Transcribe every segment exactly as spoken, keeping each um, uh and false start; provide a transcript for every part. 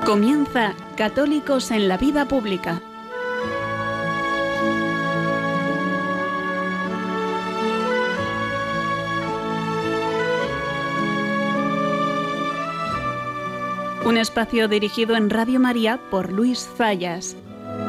Comienza Católicos en la Vida Pública. Un espacio dirigido en Radio María por Luis Zayas.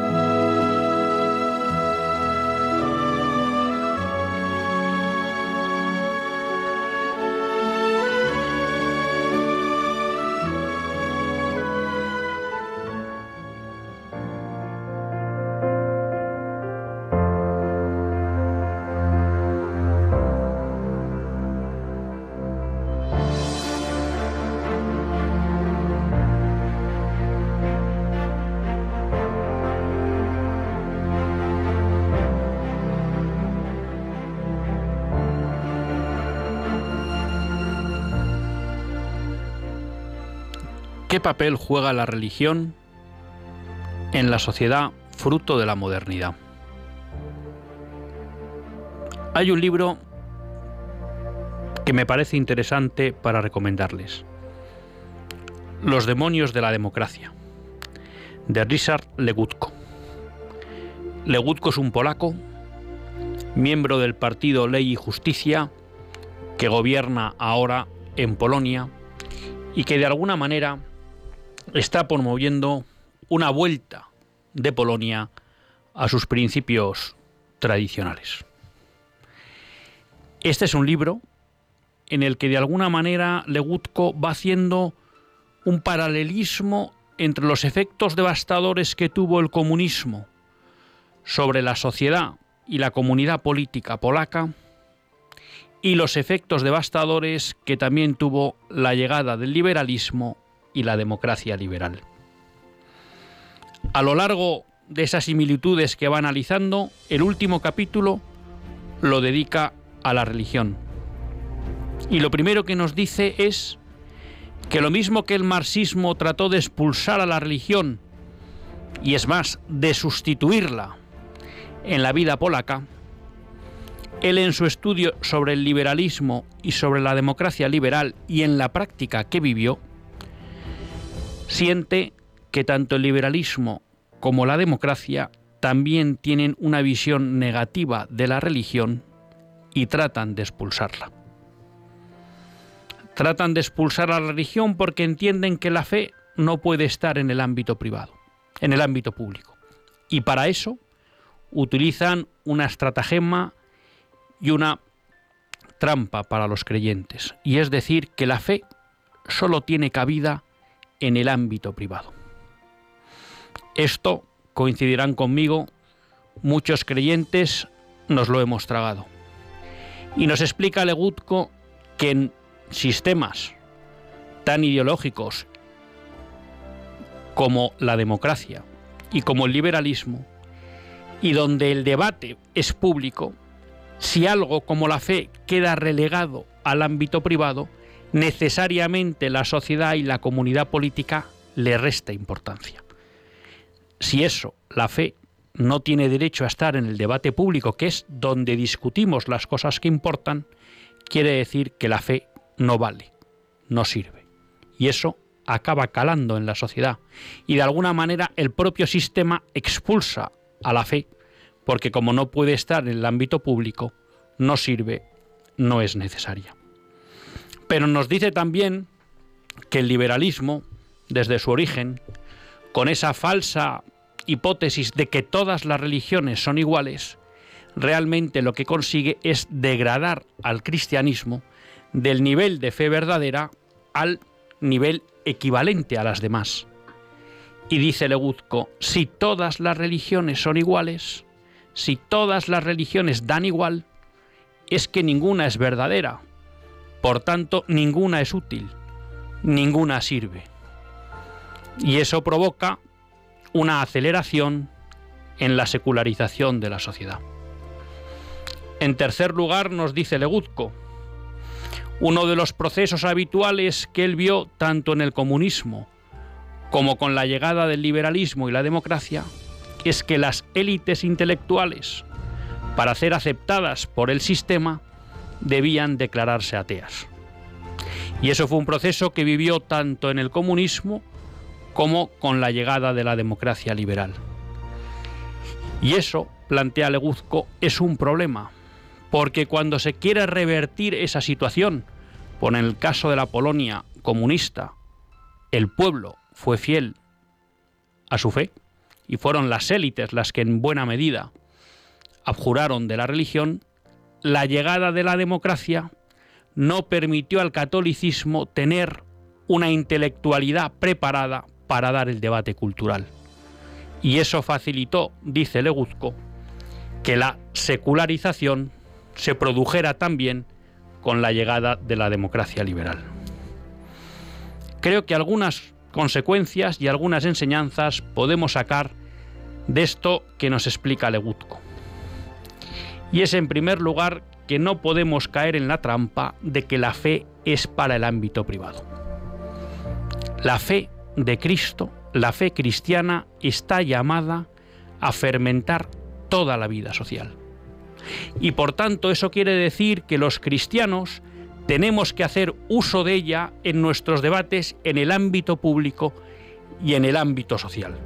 ¿Qué papel juega la religión en la sociedad fruto de la modernidad? Hay un libro que me parece interesante para recomendarles: Los demonios de la democracia, de Ryszard Legutko. Legutko es un polaco, miembro del partido Ley y Justicia, que gobierna ahora en Polonia y que de alguna manera está promoviendo una vuelta de Polonia a sus principios tradicionales. Este es un libro en el que de alguna manera Legutko va haciendo un paralelismo entre los efectos devastadores que tuvo el comunismo sobre la sociedad y la comunidad política polaca y los efectos devastadores que también tuvo la llegada del liberalismo y la democracia liberal. A lo largo de esas similitudes que va analizando, el último capítulo lo dedica a la religión. Y lo primero que nos dice es que lo mismo que el marxismo trató de expulsar a la religión, y es más, de sustituirla en la vida polaca, él en su estudio sobre el liberalismo y sobre la democracia liberal y en la práctica que vivió, siente que tanto el liberalismo como la democracia también tienen una visión negativa de la religión y tratan de expulsarla. Tratan de expulsar a la religión porque entienden que la fe no puede estar en el ámbito privado, en el ámbito público. Y para eso utilizan una estratagema y una trampa para los creyentes, y es decir, que la fe solo tiene cabida en el ámbito privado. Esto, coincidirán conmigo, muchos creyentes nos lo hemos tragado. Y nos explica Legutko que en sistemas tan ideológicos como la democracia y como el liberalismo, y donde el debate es público, si algo como la fe queda relegado al ámbito privado, necesariamente la sociedad y la comunidad política le resta importancia. Si eso, la fe, no tiene derecho a estar en el debate público, que es donde discutimos las cosas que importan, quiere decir que la fe no vale, no sirve. Y eso acaba calando en la sociedad. Y de alguna manera el propio sistema expulsa a la fe, porque como no puede estar en el ámbito público, no sirve, no es necesaria. Pero nos dice también que el liberalismo, desde su origen, con esa falsa hipótesis de que todas las religiones son iguales, realmente lo que consigue es degradar al cristianismo del nivel de fe verdadera al nivel equivalente a las demás. Y dice Legutko, si todas las religiones son iguales, si todas las religiones dan igual, es que ninguna es verdadera. Por tanto, ninguna es útil, ninguna sirve. Y eso provoca una aceleración en la secularización de la sociedad. En tercer lugar, nos dice Legutko, uno de los procesos habituales que él vio tanto en el comunismo como con la llegada del liberalismo y la democracia es que las élites intelectuales, para ser aceptadas por el sistema, debían declararse ateas. Y eso fue un proceso que vivió tanto en el comunismo como con la llegada de la democracia liberal. Y eso, plantea Leguzco, es un problema, porque cuando se quiere revertir esa situación, por en el caso de la Polonia comunista, el pueblo fue fiel a su fe y fueron las élites las que en buena medida abjuraron de la religión, la llegada de la democracia no permitió al catolicismo tener una intelectualidad preparada para dar el debate cultural. Y eso facilitó, dice Leguzco, que la secularización se produjera también con la llegada de la democracia liberal. Creo que algunas consecuencias y algunas enseñanzas podemos sacar de esto que nos explica Leguzco. Y es, en primer lugar, que no podemos caer en la trampa de que la fe es para el ámbito privado. La fe de Cristo, la fe cristiana, está llamada a fermentar toda la vida social. Y por tanto eso quiere decir que los cristianos tenemos que hacer uso de ella en nuestros debates en el ámbito público y en el ámbito social.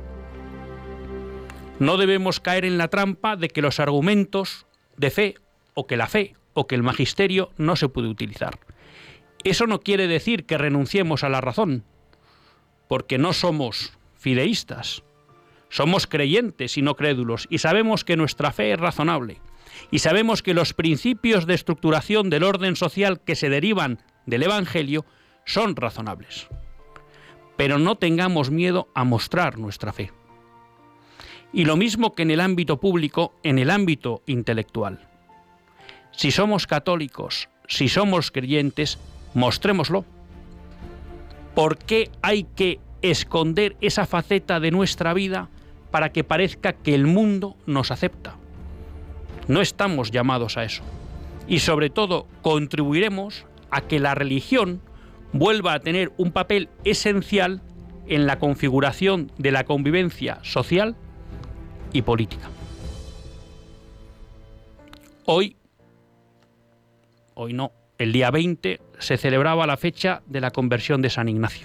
No debemos caer en la trampa de que los argumentos de fe o que la fe o que el magisterio no se puede utilizar. Eso no quiere decir que renunciemos a la razón, porque no somos fideístas, somos creyentes y no crédulos, y sabemos que nuestra fe es razonable, y sabemos que los principios de estructuración del orden social que se derivan del Evangelio son razonables. Pero no tengamos miedo a mostrar nuestra fe. Y lo mismo que en el ámbito público, en el ámbito intelectual. Si somos católicos, si somos creyentes, mostrémoslo. ¿Por qué hay que esconder esa faceta de nuestra vida para que parezca que el mundo nos acepta? No estamos llamados a eso. Y sobre todo contribuiremos a que la religión vuelva a tener un papel esencial en la configuración de la convivencia social y política. Hoy, hoy no, el día veinte se celebraba la fecha de la conversión de San Ignacio.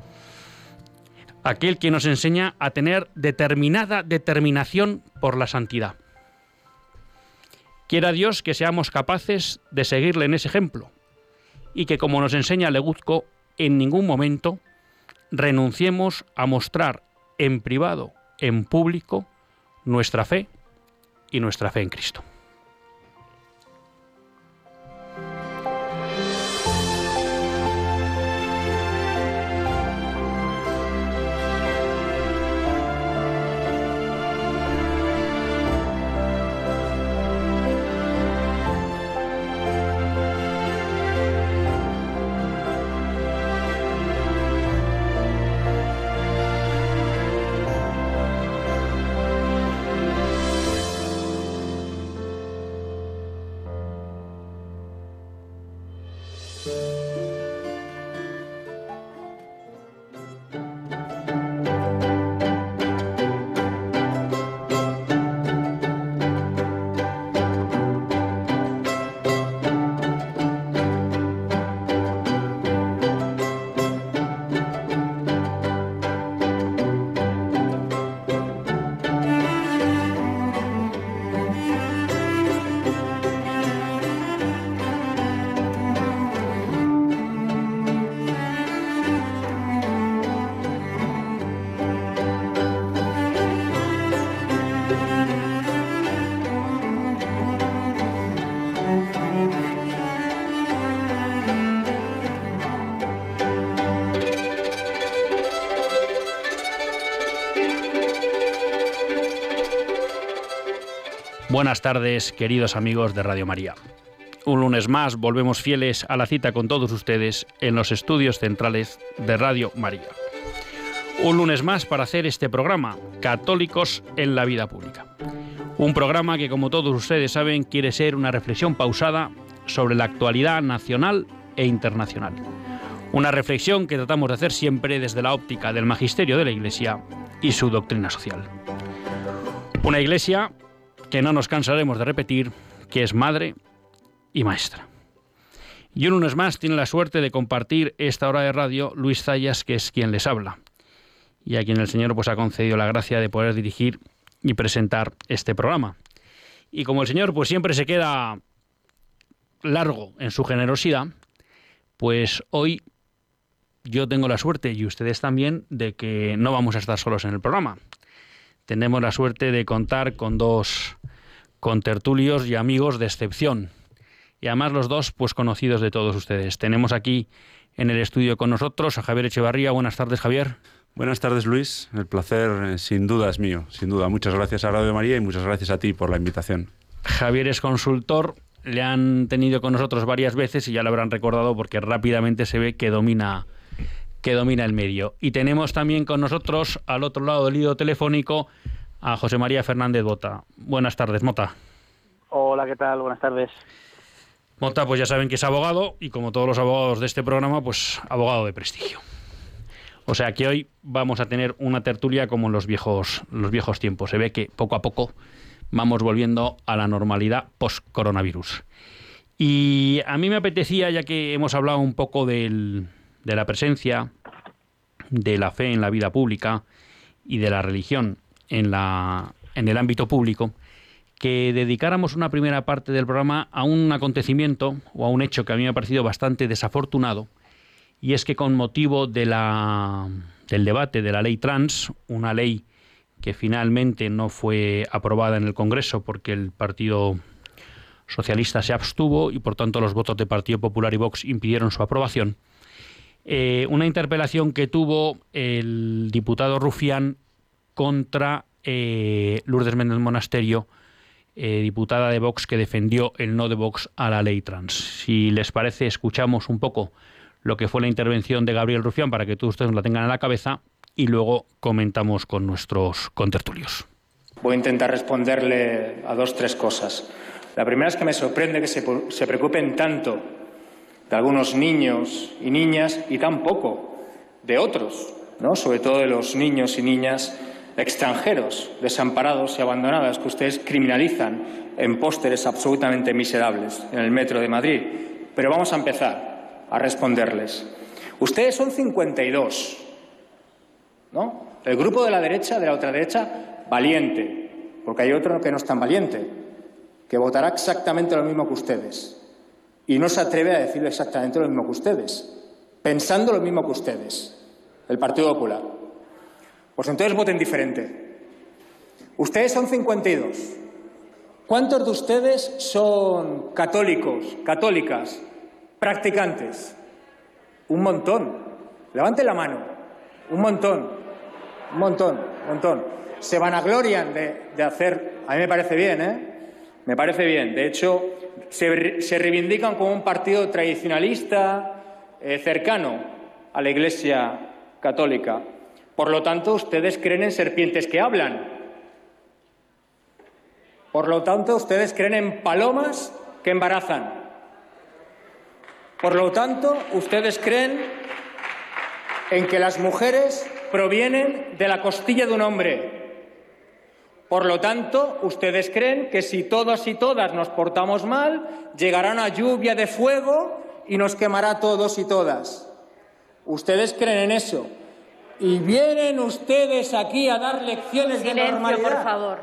Aquel que nos enseña a tener determinada determinación por la santidad. Quiera Dios que seamos capaces de seguirle en ese ejemplo y que, como nos enseña Leguzco, en ningún momento renunciemos a mostrar en privado, en público, nuestra fe y nuestra fe en Cristo. Buenas tardes, queridos amigos de Radio María. Un lunes más volvemos fieles a la cita con todos ustedes en los estudios centrales de Radio María. Un lunes más para hacer este programa, Católicos en la Vida Pública. Un programa que, como todos ustedes saben, quiere ser una reflexión pausada sobre la actualidad nacional e internacional. Una reflexión que tratamos de hacer siempre desde la óptica del magisterio de la Iglesia y su doctrina social. Una Iglesia que no nos cansaremos de repetir, que es madre y maestra. Y un lunes más tiene la suerte de compartir esta hora de radio Luis Zayas, que es quien les habla. y a quien el Señor pues ha concedido la gracia de poder dirigir y presentar este programa. Y como el Señor pues siempre se queda largo en su generosidad, pues hoy yo tengo la suerte, y ustedes también, de que no vamos a estar solos en el programa. Tenemos la suerte de contar con dos contertulios y amigos de excepción, y además los dos pues conocidos de todos ustedes. Tenemos aquí en el estudio con nosotros a Javier Echevarría. Buenas tardes, Javier. Buenas tardes, Luis. El placer eh, sin duda es mío, sin duda. Muchas gracias a Radio María y muchas gracias a ti por la invitación. Javier es consultor, le han tenido con nosotros varias veces y ya lo habrán recordado porque rápidamente se ve que domina, que domina el medio. Y tenemos también con nosotros al otro lado del hilo telefónico a José María Fernández Mota. Buenas tardes, Mota. Hola, ¿qué tal? Buenas tardes. Mota, pues ya saben que es abogado y como todos los abogados de este programa, pues abogado de prestigio. O sea que hoy vamos a tener una tertulia como en los viejos, los viejos tiempos. Se ve que poco a poco vamos volviendo a la normalidad post-coronavirus. Y a mí me apetecía, ya que hemos hablado un poco del, de la presencia de la fe en la vida pública y de la religión en, la, en el ámbito público, que dedicáramos una primera parte del programa a un acontecimiento o a un hecho que a mí me ha parecido bastante desafortunado, y es que con motivo de la, del debate de la ley trans, una ley que finalmente no fue aprobada en el Congreso porque el Partido Socialista se abstuvo y por tanto los votos de Partido Popular y Vox impidieron su aprobación, eh, una interpelación que tuvo el diputado Rufián contra eh, Lourdes Méndez Monasterio, eh, diputada de Vox, que defendió el no de Vox a la ley trans. Si les parece, escuchamos un poco lo que fue la intervención de Gabriel Rufián para que todos ustedes la tengan en la cabeza y luego comentamos con nuestros contertulios. Voy a intentar responderle a dos, tres cosas. La primera es que me sorprende que se, se preocupen tanto de algunos niños y niñas y tan poco de otros, ¿no? Sobre todo de los niños y niñas extranjeros, desamparados y abandonados, que ustedes criminalizan en pósteres absolutamente miserables en el metro de Madrid. Pero vamos a empezar a responderles. Ustedes son cincuenta y dos, ¿no? El grupo de la derecha, de la ultraderecha, valiente, porque hay otro que no es tan valiente, que votará exactamente lo mismo que ustedes y no se atreve a decir exactamente lo mismo que ustedes, pensando lo mismo que ustedes, el Partido Popular. Pues entonces voten diferente. Ustedes son cincuenta y dos. ¿Cuántos de ustedes son católicos, católicas, practicantes? Un montón. Levanten la mano. Un montón. Un montón. Un montón. Se vanaglorian de, de hacer... A mí me parece bien, ¿eh? Me parece bien. De hecho, se, se reivindican como un partido tradicionalista, eh, cercano a la Iglesia católica. Por lo tanto, ustedes creen en serpientes que hablan. Por lo tanto, ustedes creen en palomas que embarazan. Por lo tanto, ustedes creen en que las mujeres provienen de la costilla de un hombre. Por lo tanto, ustedes creen que si todos y todas nos portamos mal, llegará una lluvia de fuego y nos quemará a todos y todas. Ustedes creen en eso. Y vienen ustedes aquí a dar lecciones Silencio, de normalidad. por favor.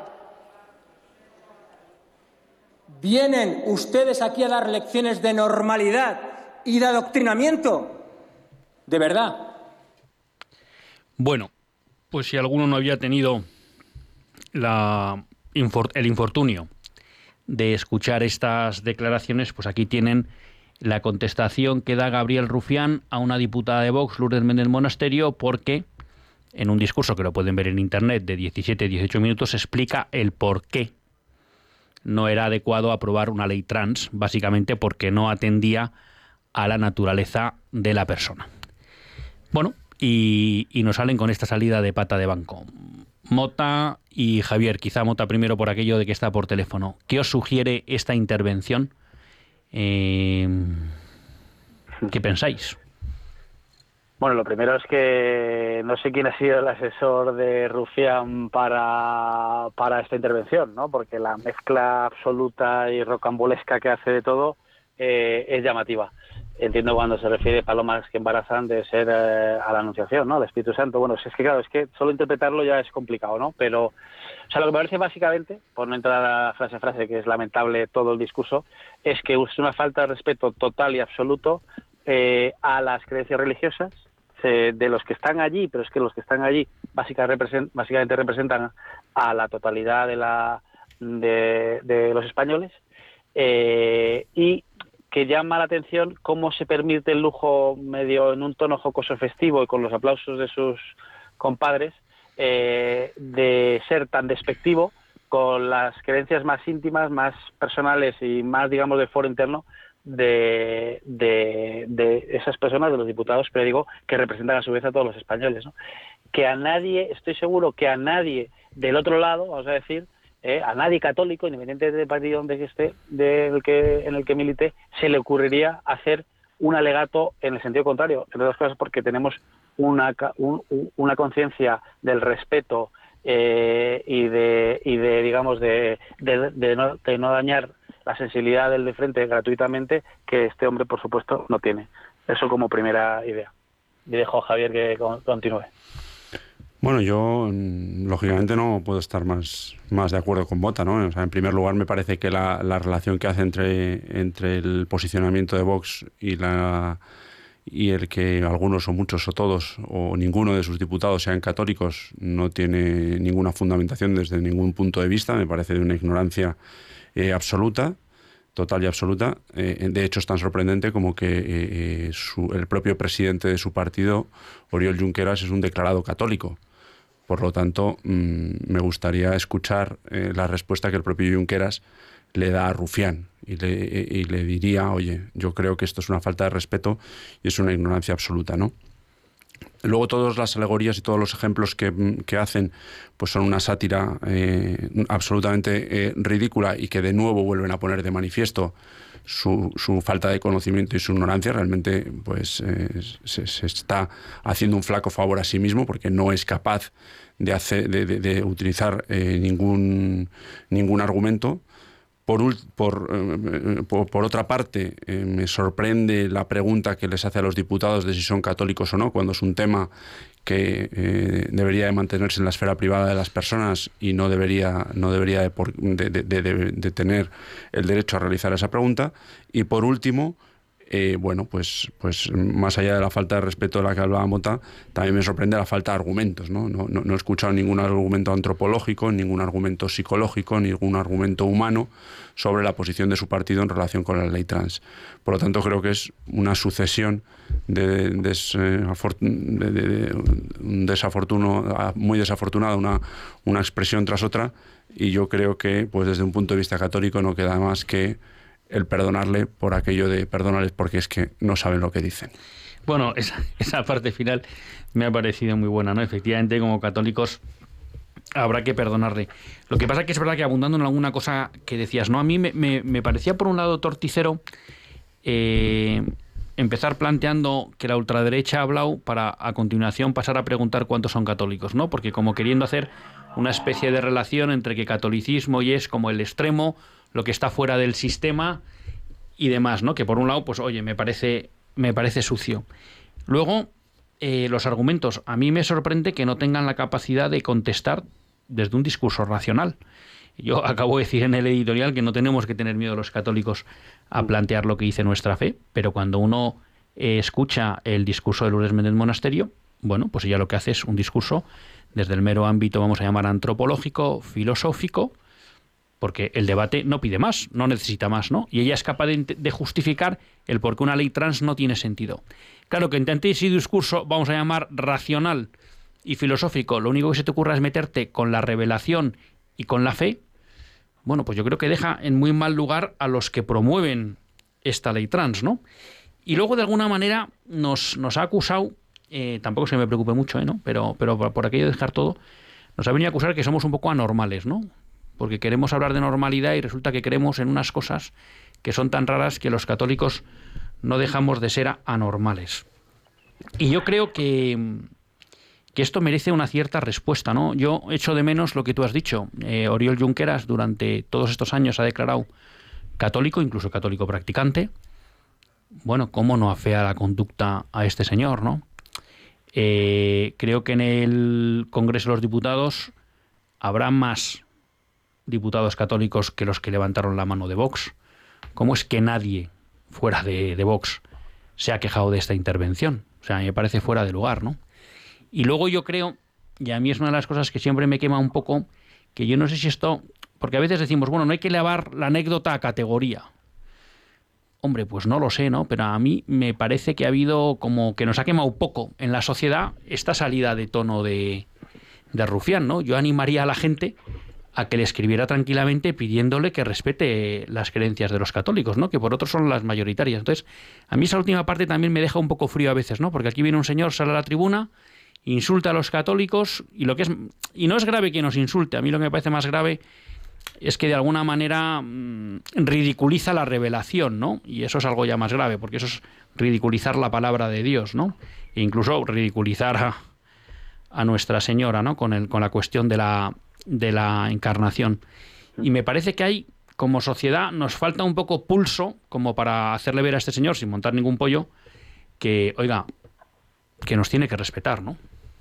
Vienen ustedes aquí a dar lecciones de normalidad y de adoctrinamiento. De verdad. Bueno, pues si alguno no había tenido la, el infortunio de escuchar estas declaraciones, pues aquí tienen la contestación que da Gabriel Rufián a una diputada de Vox, Lourdes Méndez Monasterio, porque en un discurso que lo pueden ver en internet de diecisiete a dieciocho minutos explica el por qué no era adecuado aprobar una ley trans, básicamente porque no atendía a la naturaleza de la persona. Bueno, y, y nos salen con esta salida de pata de banco. Mota y Javier, quizá Mota primero por aquello de que está por teléfono. ¿Qué os sugiere esta intervención? Eh, ¿Qué pensáis? Bueno, lo primero es que no sé quién ha sido el asesor de Rufián para, para esta intervención, ¿no? Porque la mezcla absoluta y rocambolesca que hace de todo eh, es llamativa. entiendo cuando se refiere palomas que embarazan de ser eh, a la Anunciación, ¿no? Del Espíritu Santo. Bueno, es que claro, es que solo interpretarlo ya es complicado, ¿no? Pero, o sea, lo que me parece básicamente, por no entrar a frase a frase, que es lamentable todo el discurso, es que es una falta de respeto total y absoluto eh, a las creencias religiosas eh, de los que están allí, pero es que los que están allí básicamente representan, básicamente representan a la totalidad de, la, de, de los españoles, eh, y que llama la atención cómo se permite el lujo medio en un tono jocoso festivo y con los aplausos de sus compadres eh, de ser tan despectivo con las creencias más íntimas, más personales y más, digamos, de foro interno de, de, de esas personas, de los diputados, pero digo, que representan a su vez a todos los españoles, ¿no? Que a nadie, estoy seguro que a nadie del otro lado, vamos a decir, Eh, a nadie católico, independientemente del partido donde esté, del que, en el que milite, se le ocurriría hacer un alegato en el sentido contrario, entre otras cosas porque tenemos una, un, una conciencia del respeto eh, y de, y de digamos, de, de, de, no, de no dañar la sensibilidad del de frente gratuitamente, que este hombre, por supuesto, no tiene. Eso como primera idea. Y dejo a Javier que continúe. Bueno, yo lógicamente no puedo estar más, más de acuerdo con Bota, ¿no? O sea, en primer lugar me parece que la, la relación que hace entre, entre el posicionamiento de Vox y la y el que algunos o muchos o todos o ninguno de sus diputados sean católicos no tiene ninguna fundamentación desde ningún punto de vista. Me parece de una ignorancia eh, absoluta, total y absoluta. Eh, de hecho, es tan sorprendente como que eh, su, el propio presidente de su partido, Oriol Junqueras, es un declarado católico. Por lo tanto, mmm, me gustaría escuchar eh, la respuesta que el propio Junqueras le da a Rufián y le, y le diría, oye, yo creo que esto es una falta de respeto y es una ignorancia absoluta, ¿no? Luego todas las alegorías y todos los ejemplos que, que hacen pues son una sátira eh, absolutamente eh, ridícula y que de nuevo vuelven a poner de manifiesto su, su falta de conocimiento y su ignorancia. Realmente pues eh, se, se está haciendo un flaco favor a sí mismo porque no es capaz de, hacer, de, de, de utilizar eh, ningún, ningún argumento. Por, por, eh, por, por otra parte, eh, me sorprende la pregunta que les hace a los diputados de si son católicos o no, cuando es un tema que eh, debería de mantenerse en la esfera privada de las personas y no debería, no debería de, por, de, de, de, de tener el derecho a realizar esa pregunta. Y por último, eh, bueno, pues, pues más allá de la falta de respeto de la que hablaba Mota, también me sorprende la falta de argumentos, ¿no? No, no, no he escuchado ningún argumento antropológico, ningún argumento psicológico, ningún argumento humano sobre la posición de su partido en relación con la ley trans. Por lo tanto, creo que es una sucesión de, de, de, de, de un desafortuno, muy desafortunada, una, una expresión tras otra, y yo creo que pues desde un punto de vista católico no queda más que el perdonarle por aquello de perdonarles porque es que no saben lo que dicen. Bueno, esa, esa parte final me ha parecido muy buena, ¿no? Efectivamente, como católicos habrá que perdonarle. Lo que pasa es que es verdad que abundando en alguna cosa que decías, ¿no? A mí me, me, me parecía por un lado torticero eh, empezar planteando que la ultraderecha ha hablado para a continuación pasar a preguntar cuántos son católicos, ¿no? Porque como queriendo hacer una especie de relación entre que catolicismo y es como el extremo, lo que está fuera del sistema y demás, ¿no? Que por un lado, pues oye, me parece, me parece sucio. Luego, eh, los argumentos. A mí me sorprende que no tengan la capacidad de contestar desde un discurso racional. Yo acabo de decir en el editorial que no tenemos que tener miedo los católicos a plantear lo que dice nuestra fe, pero cuando uno eh, escucha el discurso de Lourdes Méndez Monasterio, bueno, pues ella lo que hace es un discurso desde el mero ámbito, vamos a llamar antropológico, filosófico, porque el debate no pide más, no necesita más, ¿no? Y ella es capaz de, de justificar el por qué una ley trans no tiene sentido. Claro que intente ese discurso, vamos a llamar racional y filosófico, lo único que se te ocurra es meterte con la revelación y con la fe. Bueno, pues yo creo que deja en muy mal lugar a los que promueven esta ley trans, ¿no? Y luego de alguna manera nos, nos ha acusado, eh, tampoco se me preocupe mucho, ¿eh? ¿no? Pero, pero por, por aquello de dejar todo, nos ha venido a acusar que somos un poco anormales, ¿no? Porque queremos hablar de normalidad y resulta que creemos en unas cosas que son tan raras que los católicos no dejamos de ser anormales. Y yo creo que, que esto merece una cierta respuesta, ¿no? Yo echo de menos lo que tú has dicho. Eh, Oriol Junqueras durante todos estos años ha declarado católico, incluso católico practicante. bueno, cómo no afea la conducta a este señor, ¿no? Eh, creo que en el Congreso de los Diputados habrá más diputados católicos que los que levantaron la mano de Vox. ¿Cómo es que nadie fuera de, de Vox se ha quejado de esta intervención? O sea, me parece fuera de lugar, ¿no? Y luego yo creo, y a mí es una de las cosas que siempre me quema un poco, que yo no sé si esto, porque a veces decimos, bueno, no hay que elevar la anécdota a categoría. Hombre, pues no lo sé, ¿no? Pero a mí me parece que ha habido como que nos ha quemado poco en la sociedad esta salida de tono de, de Rufián, ¿no? Yo animaría a la gente a que le escribiera tranquilamente pidiéndole que respete las creencias de los católicos, ¿no? Que por otro son las mayoritarias. Entonces, a mí esa última parte también me deja un poco frío a veces, ¿no? Porque aquí viene un señor, sale a la tribuna, insulta a los católicos y lo que es y no es grave que nos insulte. A mí lo que me parece más grave es que de alguna manera mmm, ridiculiza la revelación, ¿no? Y eso es algo ya más grave, porque eso es ridiculizar la palabra de Dios, ¿no? E incluso ridiculizar a, a Nuestra Señora, ¿no? Con el con la cuestión de la de la encarnación. Y me parece que hay, como sociedad, nos falta un poco pulso como para hacerle ver a este señor, sin montar ningún pollo, que, oiga, que nos tiene que respetar, ¿no?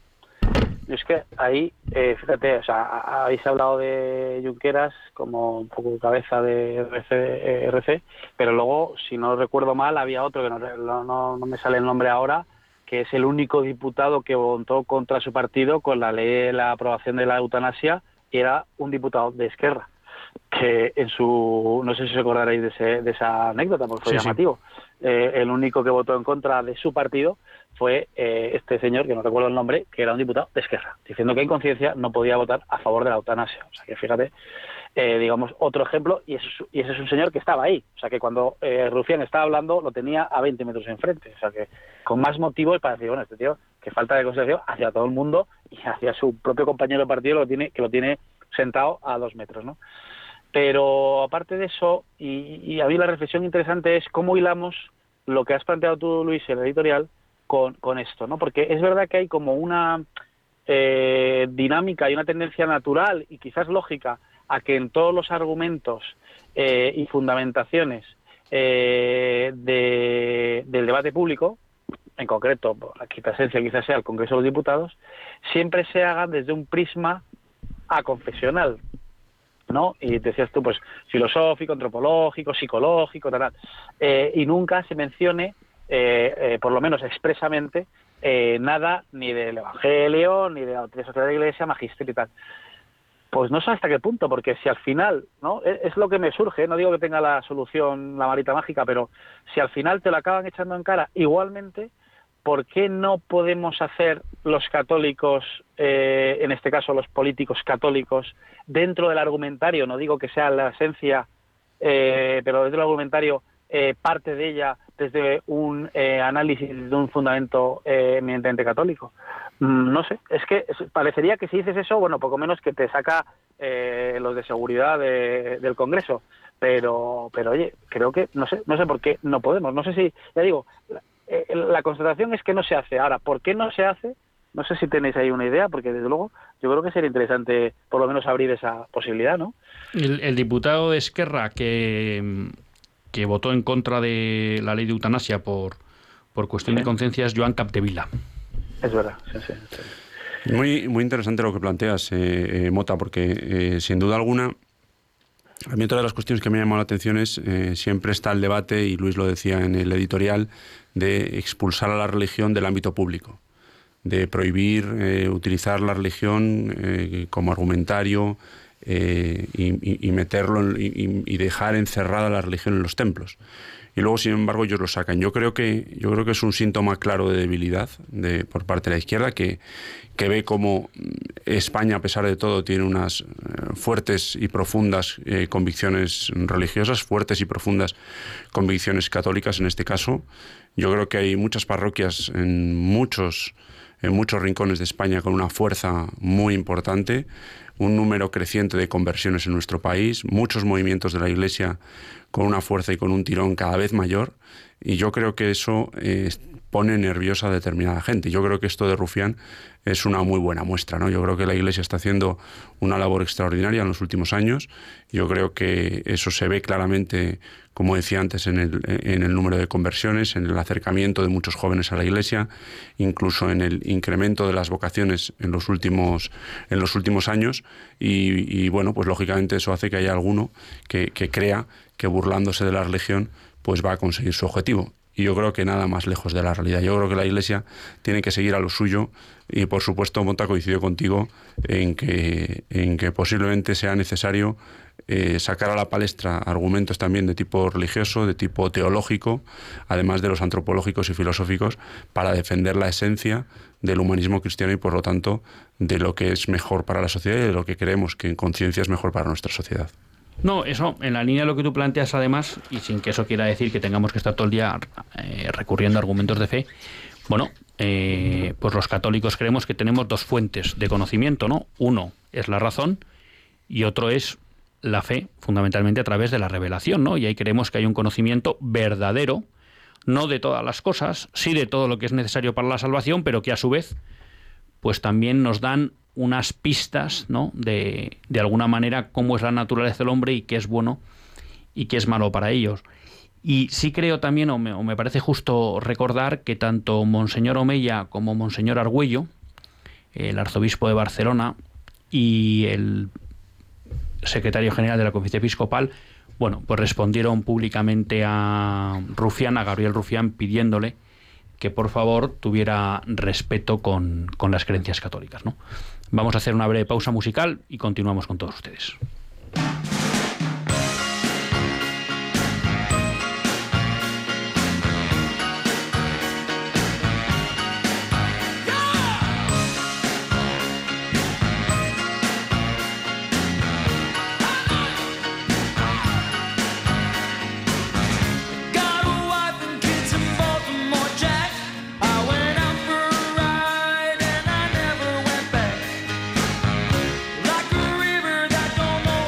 Es que ahí, eh, fíjate, o sea, habéis hablado de Junqueras como un poco cabeza de R C, pero luego, si no recuerdo mal, había otro que no, no, no me sale el nombre ahora, que es el único diputado que votó contra su partido con la ley de la aprobación de la eutanasia, y era un diputado de Esquerra, que en su, no sé si os acordaréis de, ese, de esa anécdota, porque fue sí, llamativo. Sí. Eh, el único que votó en contra de su partido fue eh, este señor, que no recuerdo el nombre, que era un diputado de Esquerra, diciendo que en conciencia no podía votar a favor de la eutanasia. O sea que fíjate, eh, digamos, otro ejemplo, y ese, y ese es un señor que estaba ahí. O sea que cuando eh, Rufián estaba hablando, lo tenía a veinte metros enfrente. O sea que con más motivos para decir, bueno, este tío, que falta de consideración hacia todo el mundo y hacia su propio compañero de partido, lo tiene, que lo tiene sentado a dos metros, ¿no? Pero aparte de eso, y, y a mí la reflexión interesante es cómo hilamos lo que has planteado tú, Luis, en el editorial, con, con esto, ¿no? Porque es verdad que hay como una eh, dinámica y una tendencia natural y quizás lógica a que en todos los argumentos eh, y fundamentaciones eh, de, del debate público, en concreto, la quintaesencia quizás sea el Congreso de los Diputados, siempre se hagan desde un prisma aconfesional, ¿no? Y decías tú, pues, filosófico, antropológico, psicológico, tal, tal. Eh, y nunca se mencione, eh, eh, por lo menos expresamente, eh, nada ni del Evangelio, ni de la doctrina social de la Iglesia, magisterio y tal. Pues no sé hasta qué punto, porque si al final, ¿no? Es, es lo que me surge, no digo que tenga la solución, la varita mágica, pero si al final te lo acaban echando en cara igualmente, ¿por qué no podemos hacer los católicos, eh, en este caso los políticos católicos, dentro del argumentario, no digo que sea la esencia, eh, pero dentro del argumentario, eh, parte de ella desde un eh, análisis, de un fundamento eh, eminentemente católico? Mm, no sé, es que parecería que si dices eso, bueno, poco menos que te saca eh, los de seguridad de, del Congreso, pero, pero oye, creo que, no sé, no sé por qué no podemos, no sé si, ya digo, Eh, la constatación es que no se hace. Ahora, ¿por qué no se hace? No sé si tenéis ahí una idea, porque desde luego yo creo que sería interesante por lo menos abrir esa posibilidad, ¿no? El, el diputado de Esquerra que, que votó en contra de la ley de eutanasia por, por cuestión sí. de conciencia es Joan Capdevila. Es verdad, sí, sí, sí. Muy, muy interesante lo que planteas, eh, eh, Mota, porque eh, sin duda alguna a mí otra de las cuestiones que me ha llamado la atención es eh, siempre está el debate, y Luis lo decía en el editorial, de expulsar a la religión del ámbito público, de prohibir eh, utilizar la religión eh, como argumentario eh, y, y, y meterlo en, y, y dejar encerrada la religión en los templos. Y luego, sin embargo, ellos lo sacan. Yo creo que yo creo que es un síntoma claro de debilidad de, por parte de la izquierda, que, que ve cómo España, a pesar de todo, tiene unas eh, fuertes y profundas eh, convicciones religiosas, fuertes y profundas convicciones católicas en este caso. Yo creo que hay muchas parroquias en muchos, en muchos rincones de España con una fuerza muy importante, un número creciente de conversiones en nuestro país, muchos movimientos de la Iglesia con una fuerza y con un tirón cada vez mayor, y yo creo que eso eh, pone nerviosa a determinada gente. Yo creo que esto de Rufián es una muy buena muestra, ¿no? Yo creo que la Iglesia está haciendo una labor extraordinaria en los últimos años. Yo creo que eso se ve claramente, como decía antes, en el, en el número de conversiones, en el acercamiento de muchos jóvenes a la Iglesia, incluso en el incremento de las vocaciones en los últimos, en los últimos años. Y, y bueno, pues lógicamente eso hace que haya alguno que, que crea que burlándose de la religión pues va a conseguir su objetivo. Y yo creo que nada más lejos de la realidad. Yo creo que la Iglesia tiene que seguir a lo suyo y, por supuesto, Mota, coincido contigo en que, en que posiblemente sea necesario eh, sacar a la palestra argumentos también de tipo religioso, de tipo teológico, además de los antropológicos y filosóficos, para defender la esencia del humanismo cristiano y, por lo tanto, de lo que es mejor para la sociedad y de lo que creemos que en conciencia es mejor para nuestra sociedad. No, eso, en la línea de lo que tú planteas además, y sin que eso quiera decir que tengamos que estar todo el día eh, recurriendo a argumentos de fe, bueno, eh, pues los católicos creemos que tenemos dos fuentes de conocimiento, ¿no? Uno es la razón y otro es la fe, fundamentalmente a través de la revelación, ¿no? Y ahí creemos que hay un conocimiento verdadero, no de todas las cosas, sí de todo lo que es necesario para la salvación, pero que a su vez, pues también nos dan unas pistas, ¿no? de, de alguna manera cómo es la naturaleza del hombre y qué es bueno y qué es malo para ellos. Y sí creo también, o me, o me parece justo recordar, que tanto Monseñor Omeya como Monseñor Argüello, el arzobispo de Barcelona y el secretario general de la Conferencia Episcopal, bueno, pues respondieron públicamente a Rufián, a Gabriel Rufián, pidiéndole que por favor tuviera respeto con, con las creencias católicas, ¿no? Vamos a hacer una breve pausa musical y continuamos con todos ustedes. Like a river that don't know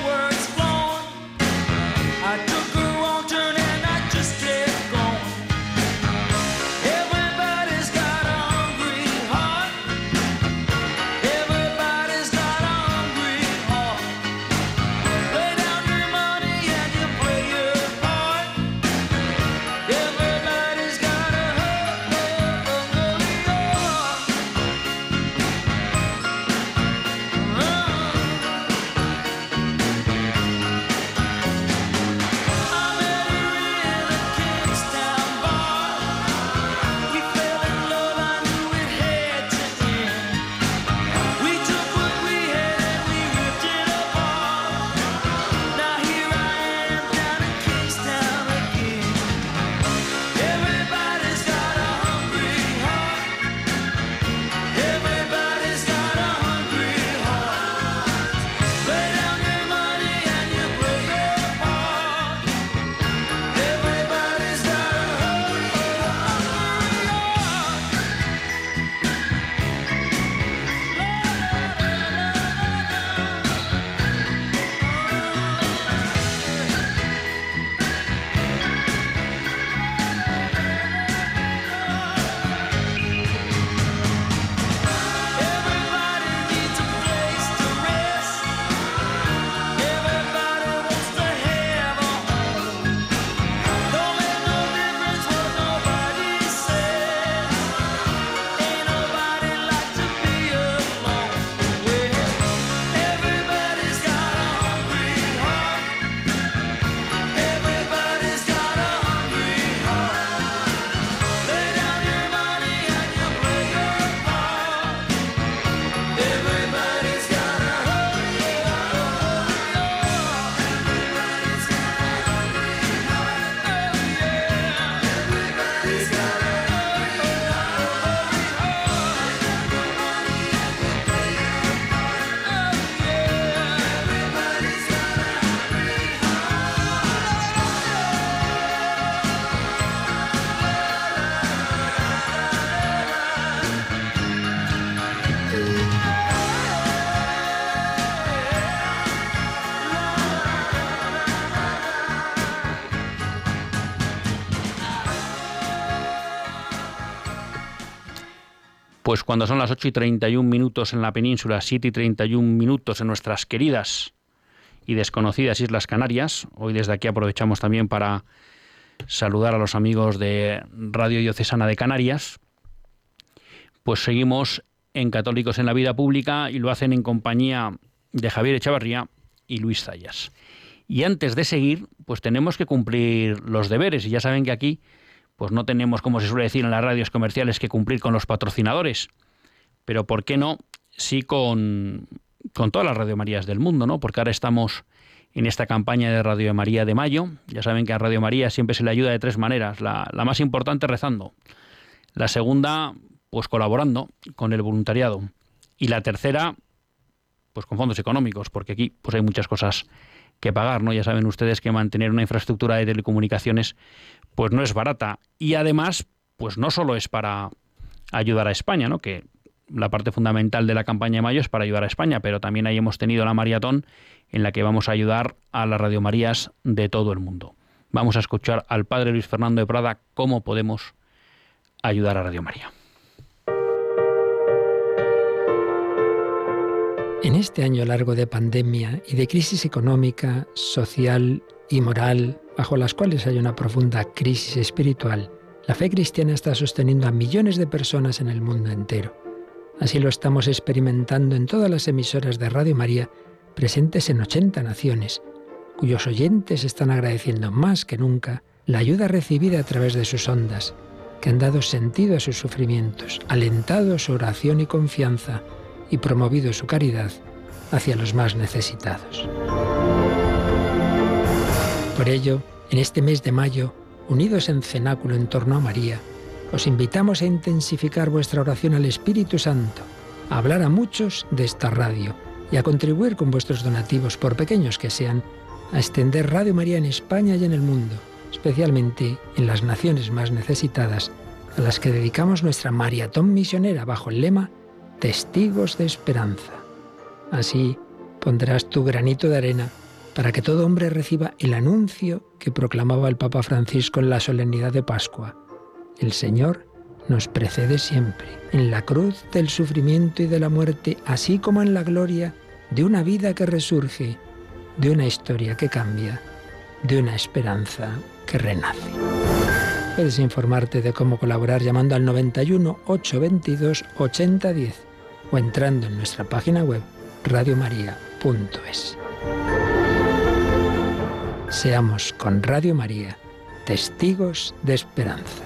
Pues cuando son las ocho y treinta y un minutos en la península, siete y treinta y un minutos en nuestras queridas y desconocidas Islas Canarias, hoy desde aquí aprovechamos también para saludar a los amigos de Radio Diocesana de Canarias, pues seguimos en Católicos en la Vida Pública y lo hacen en compañía de Javier Echavarría y Luis Zayas. Y antes de seguir, pues tenemos que cumplir los deberes. Y ya saben que aquí, pues no tenemos, como se suele decir en las radios comerciales, que cumplir con los patrocinadores. Pero ¿por qué no? Sí con, con todas las Radio Marías del mundo, ¿no? Porque ahora estamos en esta campaña de Radio María de mayo. Ya saben que a Radio María siempre se le ayuda de tres maneras. La, la más importante, rezando. La segunda, pues colaborando con el voluntariado. Y la tercera, pues con fondos económicos, porque aquí pues hay muchas cosas que pagar, ¿no? Ya saben ustedes que mantener una infraestructura de telecomunicaciones pues no es barata. Y además, pues no solo es para ayudar a España, ¿no? Que la parte fundamental de la campaña de mayo es para ayudar a España, pero también ahí hemos tenido la maratón en la que vamos a ayudar a las Radio Marías de todo el mundo. Vamos a escuchar al padre Luis Fernando de Prada cómo podemos ayudar a Radio María. En este año largo de pandemia y de crisis económica, social y moral, bajo las cuales hay una profunda crisis espiritual, la fe cristiana está sosteniendo a millones de personas en el mundo entero. Así lo estamos experimentando en todas las emisoras de Radio María, presentes en ochenta naciones, cuyos oyentes están agradeciendo más que nunca la ayuda recibida a través de sus ondas, que han dado sentido a sus sufrimientos, alentado su oración y confianza, y promovido su caridad hacia los más necesitados. Por ello, en este mes de mayo, unidos en cenáculo en torno a María, os invitamos a intensificar vuestra oración al Espíritu Santo, a hablar a muchos de esta radio y a contribuir con vuestros donativos, por pequeños que sean, a extender Radio María en España y en el mundo, especialmente en las naciones más necesitadas, a las que dedicamos nuestra maratón misionera bajo el lema Testigos de Esperanza. Así pondrás tu granito de arena para que todo hombre reciba el anuncio que proclamaba el Papa Francisco en la solemnidad de Pascua. El Señor nos precede siempre, en la cruz del sufrimiento y de la muerte, así como en la gloria de una vida que resurge, de una historia que cambia, de una esperanza que renace. Puedes informarte de cómo colaborar llamando al noventa y uno, ochocientos veintidós, ochenta diez o entrando en nuestra página web radio maría punto es. Seamos con Radio María testigos de esperanza.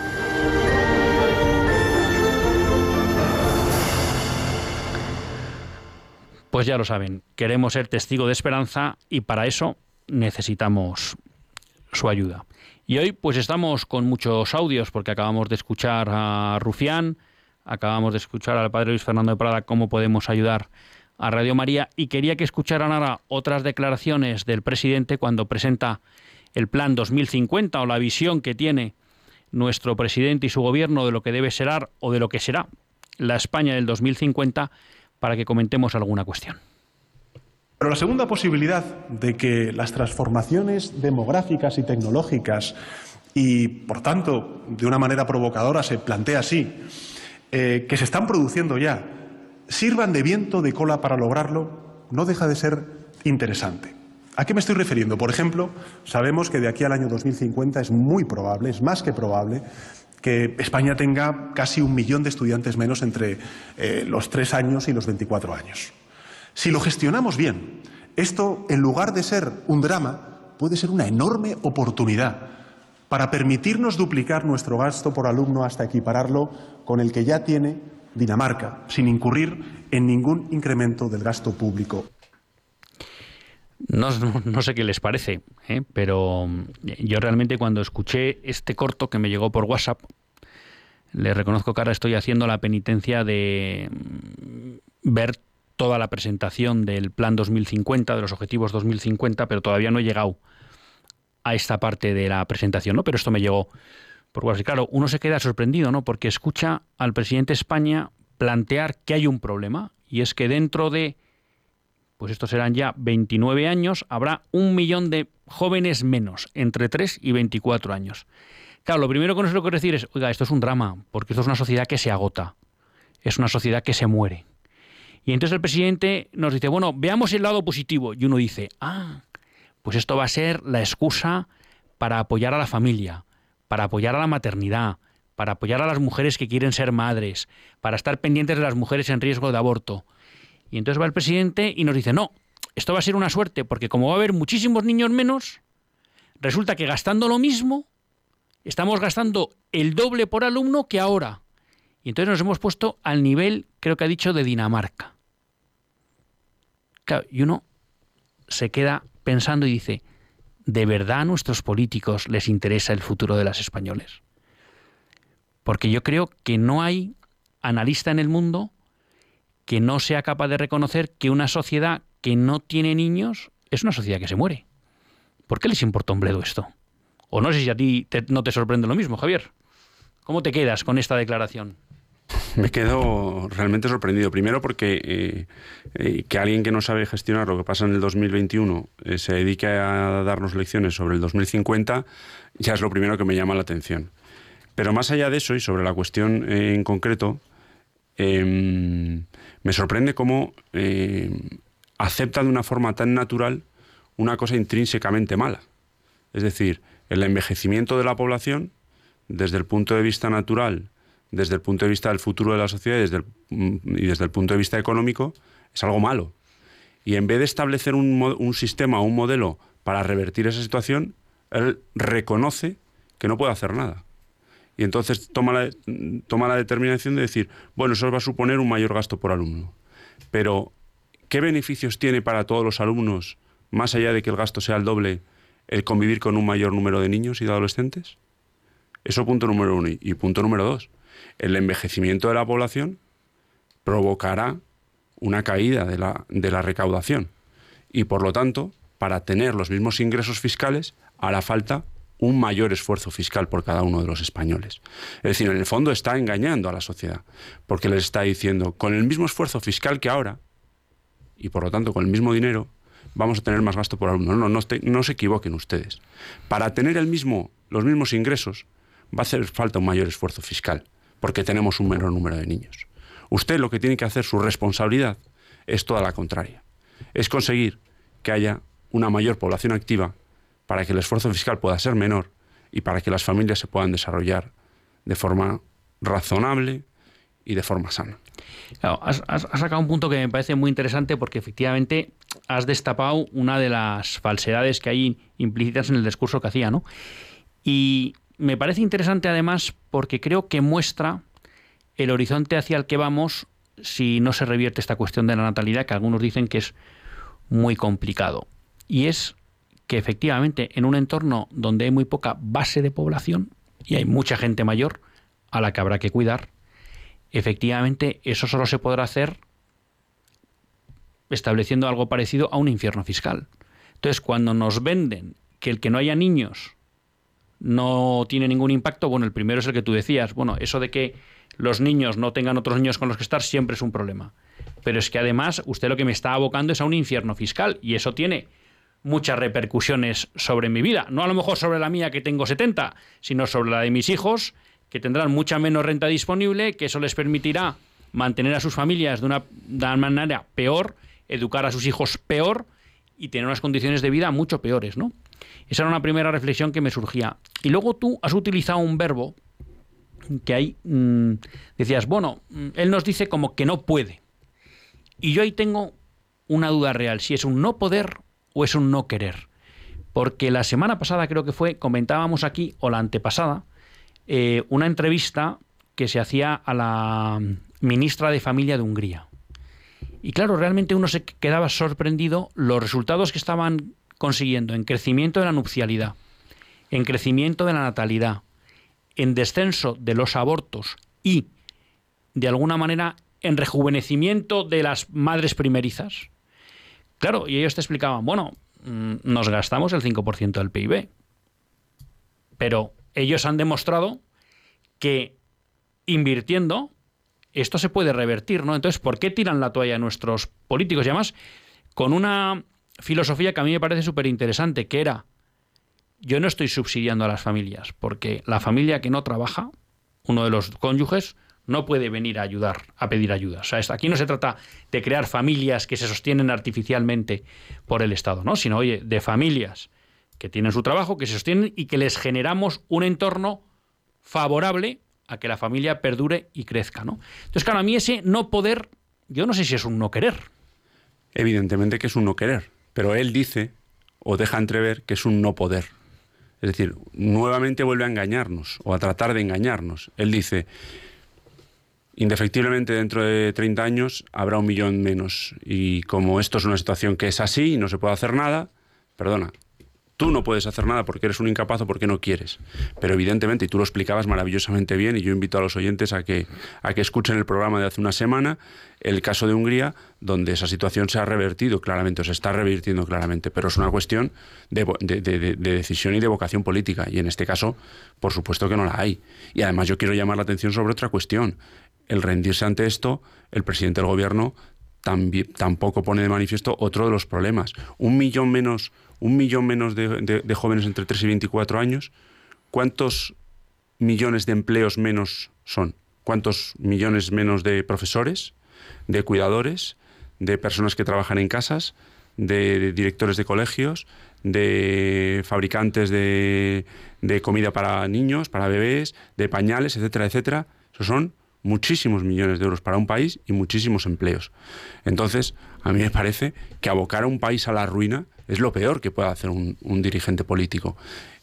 Pues ya lo saben, queremos ser testigos de esperanza y para eso necesitamos su ayuda. Y hoy pues estamos con muchos audios porque acabamos de escuchar a Rufián, acabamos de escuchar al padre Luis Fernando de Prada cómo podemos ayudar a Radio María y quería que escucharan ahora otras declaraciones del presidente cuando presenta el plan dos mil cincuenta o la visión que tiene nuestro presidente y su gobierno de lo que debe ser o de lo que será la España del dos mil cincuenta para que comentemos alguna cuestión. Pero la segunda posibilidad de que las transformaciones demográficas y tecnológicas y, por tanto, de una manera provocadora se plantea así, eh, que se están produciendo ya, sirvan de viento de cola para lograrlo, no deja de ser interesante. ¿A qué me estoy refiriendo? Por ejemplo, sabemos que de aquí al año dos mil cincuenta es muy probable, es más que probable, que España tenga casi un millón de estudiantes menos entre eh, los tres años y los veinticuatro años. Si lo gestionamos bien, esto, en lugar de ser un drama, puede ser una enorme oportunidad para permitirnos duplicar nuestro gasto por alumno hasta equipararlo con el que ya tiene Dinamarca, sin incurrir en ningún incremento del gasto público. No, no, no sé qué les parece, ¿eh? Pero yo realmente cuando escuché este corto que me llegó por WhatsApp, les reconozco que ahora estoy haciendo la penitencia de ver toda la presentación del plan dos mil cincuenta, de los objetivos dos mil cincuenta, pero todavía no he llegado a esta parte de la presentación, ¿no? Pero esto me llegó por WhatsApp. Claro, uno se queda sorprendido, ¿no? Porque escucha al presidente de España plantear que hay un problema, y es que dentro de, pues estos serán ya veintinueve años, habrá un millón de jóvenes menos, entre tres y veinticuatro años. Claro, lo primero que nos lo quiero decir es, oiga, esto es un drama, porque esto es una sociedad que se agota. es una sociedad que se muere. Y entonces el presidente nos dice, bueno, veamos el lado positivo. Y uno dice, ah, pues esto va a ser la excusa para apoyar a la familia, para apoyar a la maternidad, para apoyar a las mujeres que quieren ser madres, para estar pendientes de las mujeres en riesgo de aborto. Y entonces va el presidente y nos dice, no, esto va a ser una suerte, porque como va a haber muchísimos niños menos, resulta que gastando lo mismo, estamos gastando el doble por alumno que ahora. Y entonces nos hemos puesto al nivel, creo que ha dicho, de Dinamarca. Claro, y uno se queda pensando y dice, ¿de verdad a nuestros políticos les interesa el futuro de las españoles? Porque yo creo que no hay analista en el mundo que no sea capaz de reconocer que una sociedad que no tiene niños es una sociedad que se muere. ¿Por qué les importa un bledo esto? O no sé si a ti te, no te sorprende lo mismo, Javier. ¿Cómo te quedas con esta declaración? Me quedo realmente sorprendido. Primero porque eh, eh, que alguien que no sabe gestionar lo que pasa en el dos mil veintiuno eh, se dedique a darnos lecciones sobre el dos mil cincuenta, ya es lo primero que me llama la atención. Pero más allá de eso, y sobre la cuestión eh, en concreto, eh, me sorprende cómo eh, acepta de una forma tan natural una cosa intrínsecamente mala. Es decir, el envejecimiento de la población, desde el punto de vista natural, desde el punto de vista del futuro de la sociedad y desde el, y desde el punto de vista económico, es algo malo. Y en vez de establecer un, un sistema o un modelo para revertir esa situación, él reconoce que no puede hacer nada. Y entonces toma la, toma la determinación de decir, bueno, eso va a suponer un mayor gasto por alumno. Pero, ¿qué beneficios tiene para todos los alumnos, más allá de que el gasto sea el doble, el convivir con un mayor número de niños y de adolescentes? Eso punto número uno. Y punto número dos. El envejecimiento de la población provocará una caída de la, de la recaudación. Y por lo tanto, para tener los mismos ingresos fiscales, hará falta un mayor esfuerzo fiscal por cada uno de los españoles. Es decir, en el fondo está engañando a la sociedad, porque les está diciendo, con el mismo esfuerzo fiscal que ahora, y por lo tanto con el mismo dinero, vamos a tener más gasto por alumno. No, no, no, no se equivoquen ustedes. Para tener el mismo, los mismos ingresos, va a hacer falta un mayor esfuerzo fiscal, porque tenemos un menor número de niños. Usted lo que tiene que hacer, su responsabilidad, es toda la contraria. Es conseguir que haya una mayor población activa para que el esfuerzo fiscal pueda ser menor y para que las familias se puedan desarrollar de forma razonable y de forma sana. Claro, has, has, has sacado un punto que me parece muy interesante porque efectivamente has destapado una de las falsedades que hay implícitas en el discurso que hacía, ¿no? Y me parece interesante además porque creo que muestra el horizonte hacia el que vamos si no se revierte esta cuestión de la natalidad, que algunos dicen que es muy complicado. Y es que efectivamente en un entorno donde hay muy poca base de población y hay mucha gente mayor a la que habrá que cuidar, efectivamente eso solo se podrá hacer estableciendo algo parecido a un infierno fiscal. Entonces, cuando nos venden que el que no haya niños no tiene ningún impacto, bueno, el primero es el que tú decías, bueno, eso de que los niños no tengan otros niños con los que estar siempre es un problema. Pero es que además usted lo que me está abocando es a un infierno fiscal y eso tiene muchas repercusiones sobre mi vida. No a lo mejor sobre la mía, que tengo setenta, sino sobre la de mis hijos, que tendrán mucha menos renta disponible, que eso les permitirá mantener a sus familias de una, de una manera peor, educar a sus hijos peor y tener unas condiciones de vida mucho peores, ¿no? Esa era una primera reflexión que me surgía. Y luego tú has utilizado un verbo que ahí mmm, decías, bueno, él nos dice como que no puede. Y yo ahí tengo una duda real, si es un no poder o es un no querer. Porque la semana pasada creo que fue, comentábamos aquí, o la antepasada, eh, una entrevista que se hacía a la ministra de Familia de Hungría. Y claro, realmente uno se quedaba sorprendido los resultados que estaban consiguiendo en crecimiento de la nupcialidad, en crecimiento de la natalidad, en descenso de los abortos y, de alguna manera, en rejuvenecimiento de las madres primerizas. Claro, y ellos te explicaban, bueno, nos gastamos el cinco por ciento del P I B, pero ellos han demostrado que invirtiendo esto se puede revertir, ¿no? Entonces, ¿por qué tiran la toalla a nuestros políticos? Y además, con una filosofía que a mí me parece súper interesante, que era, yo no estoy subsidiando a las familias, porque la familia que no trabaja, uno de los cónyuges, no puede venir a ayudar, a pedir ayuda. O sea, aquí no se trata de crear familias que se sostienen artificialmente por el Estado, ¿no? Sino, oye, de familias que tienen su trabajo, que se sostienen y que les generamos un entorno favorable a que la familia perdure y crezca, ¿no? Entonces, claro, a mí ese no poder, yo no sé si es un no querer. Evidentemente que es un no querer, pero él dice o deja entrever que es un no poder. Es decir, nuevamente vuelve a engañarnos o a tratar de engañarnos. Él dice, indefectiblemente dentro de treinta años habrá un millón menos y como esto es una situación que es así y no se puede hacer nada, perdona, tú no puedes hacer nada porque eres un incapaz o porque no quieres. Pero evidentemente, y tú lo explicabas maravillosamente bien, y yo invito a los oyentes a que, a que escuchen el programa de hace una semana, el caso de Hungría, donde esa situación se ha revertido claramente, o se está revirtiendo claramente, pero es una cuestión de, de, de, de decisión y de vocación política, y en este caso, por supuesto que no la hay. Y además yo quiero llamar la atención sobre otra cuestión. El rendirse ante esto, el presidente del gobierno también, tampoco pone de manifiesto otro de los problemas. Un millón menos... Un millón menos de, de, de jóvenes entre tres y veinticuatro años, ¿cuántos millones de empleos menos son? ¿Cuántos millones menos de profesores, de cuidadores, de personas que trabajan en casas, de, de directores de colegios, de fabricantes de, de comida para niños, para bebés, de pañales, etcétera, etcétera? Esos son muchísimos millones de euros para un país y muchísimos empleos. Entonces, a mí me parece que abocar a un país a la ruina es lo peor que puede hacer un, un dirigente político.